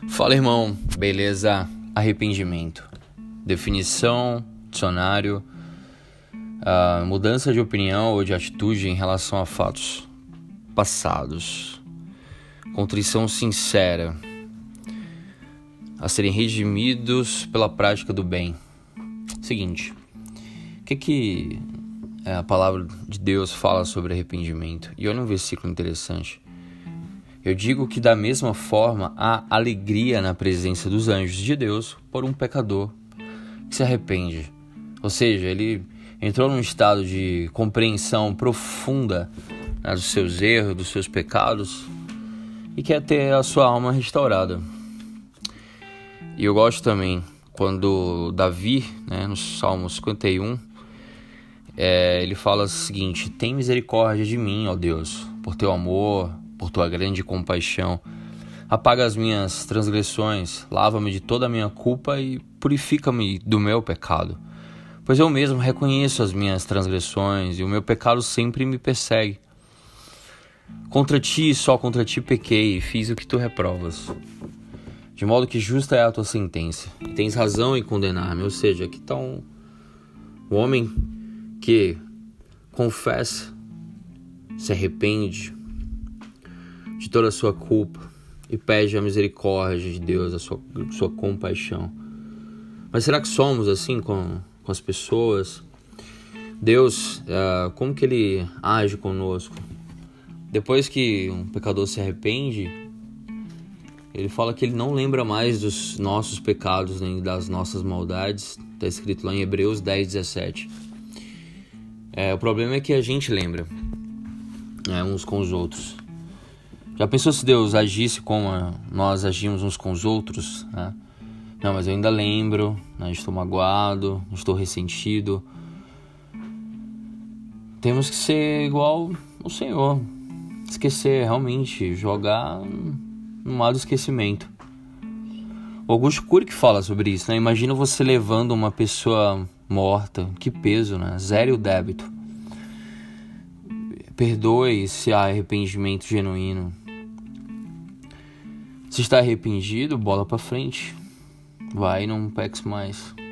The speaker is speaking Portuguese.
Fala, irmão, beleza? Arrependimento. Definição, dicionário, mudança de opinião ou de atitude em relação a fatos passados. Contrição sincera. A serem redimidos pela prática do bem. Seguinte, o que a palavra de Deus fala sobre arrependimento? E olha um versículo interessante. Eu digo que da mesma forma há alegria na presença dos anjos de Deus por um pecador que se arrepende. Ou seja, ele entrou num estado de compreensão profunda, né, dos seus erros, dos seus pecados e quer ter a sua alma restaurada. E eu gosto também quando Davi, no Salmo 51, ele fala o seguinte: tem misericórdia de mim, ó Deus, por teu amor, por tua grande compaixão. Apaga as minhas transgressões, lava-me de toda a minha culpa e purifica-me do meu pecado. Pois eu mesmo reconheço as minhas transgressões e o meu pecado sempre me persegue. Contra ti, só contra ti pequei e fiz o que tu reprovas. De modo que justa é a tua sentença. E tens razão em condenar-me. Ou seja, aqui está um homem que confessa, se arrepende de toda a sua culpa e pede a misericórdia de Deus, a sua compaixão. Mas será que somos assim com as pessoas? Deus, como que Ele age conosco? Depois que um pecador se arrepende, Ele fala que Ele não lembra mais dos nossos pecados nem das nossas maldades. Está escrito lá em Hebreus 10:17. O problema é que a gente lembra, uns com os outros. Já pensou se Deus agisse como nós agimos uns com os outros? Não, mas eu ainda lembro, estou magoado, estou ressentido. Temos que ser igual o Senhor. Esquecer, realmente, jogar no mar do esquecimento. O Augusto Cury que fala sobre isso, Imagina você levando uma pessoa morta, que peso, Zere o débito. Perdoe se há arrependimento genuíno. Se está arrependido, bola pra frente. Vai e não peques mais.